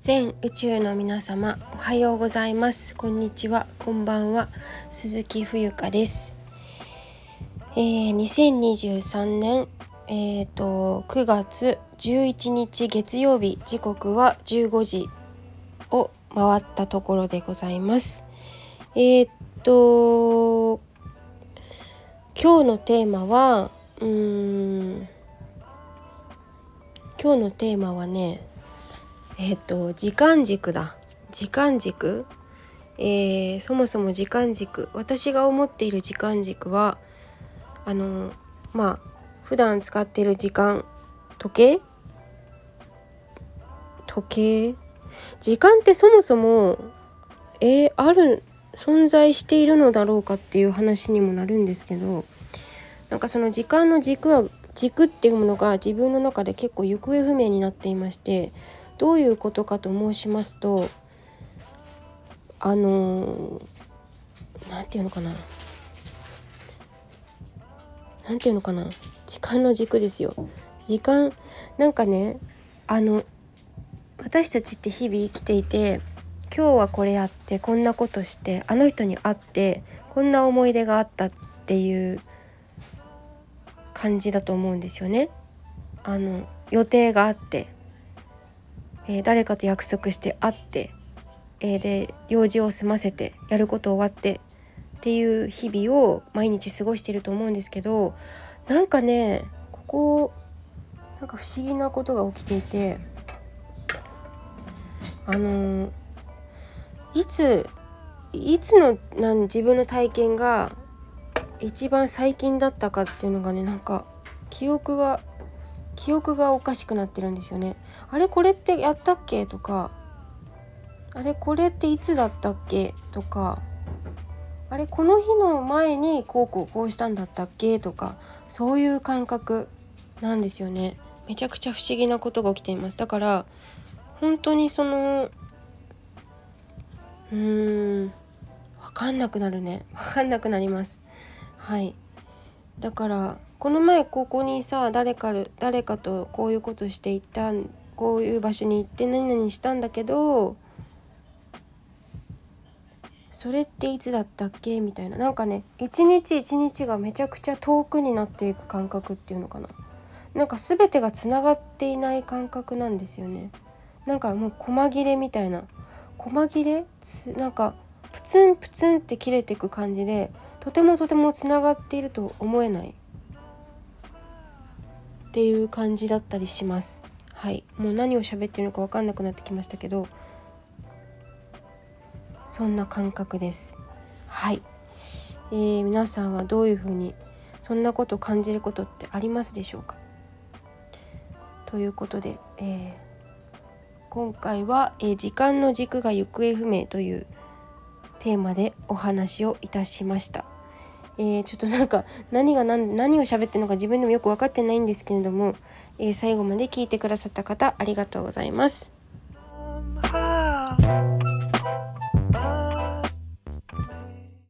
全宇宙の皆様、おはようございます。こんにちは、こんばんは。鈴木冬香です。2023年、9月11日月曜日、時刻は15時を回ったところでございます。今日のテーマはね、時間軸だ。時間軸、そもそも時間軸、私が思っている時間軸は普段使っている時間、時計時間ってそもそも存在しているのだろうかっていう話にもなるんですけど、その時間の軸っていうものが自分の中で結構行方不明になっていまして、どういうことかと申しますと、なんていうのかな時間の軸ですよ。時間私たちって日々生きていて、今日はこれやってこんなことして、あの人に会ってこんな思い出があったっていう感じだと思うんですよね。予定があって、誰かと約束して会って、で用事を済ませてやること終わってっていう日々を毎日過ごしていると思うんですけど、ここ不思議なことが起きていて、いつの自分の体験が一番最近だったかっていうのがね、記憶がおかしくなってるんですよね。あれこれってやったっけとか、あれこれっていつだったっけとか、あれこの日の前にこうしたんだったっけとか、そういう感覚なんですよね。めちゃくちゃ不思議なことが起きています。だから本当に分かんなくなります。はい。だからこの前ここに誰かとこういうことして行った、こういう場所に行って何々したんだけど、それっていつだったっけみたいな、一日一日がめちゃくちゃ遠くになっていく感覚っていうのかな。全てがつながっていない感覚なんですよね。もう細切れみたいな、プツンプツンって切れていく感じで、とてもつながっていると思えないっていう感じだったりします。はい、もう何を喋ってるのか分かんなくなってきましたけど、そんな感覚です。はい、皆さんはどういうふうにそんなことを感じることってありますでしょうか。ということで、今回は、時間の軸が行方不明というテーマでお話をいたしました。ちょっと何を喋ってるのか自分でもよく分かってないんですけれども、最後まで聞いてくださった方ありがとうございます。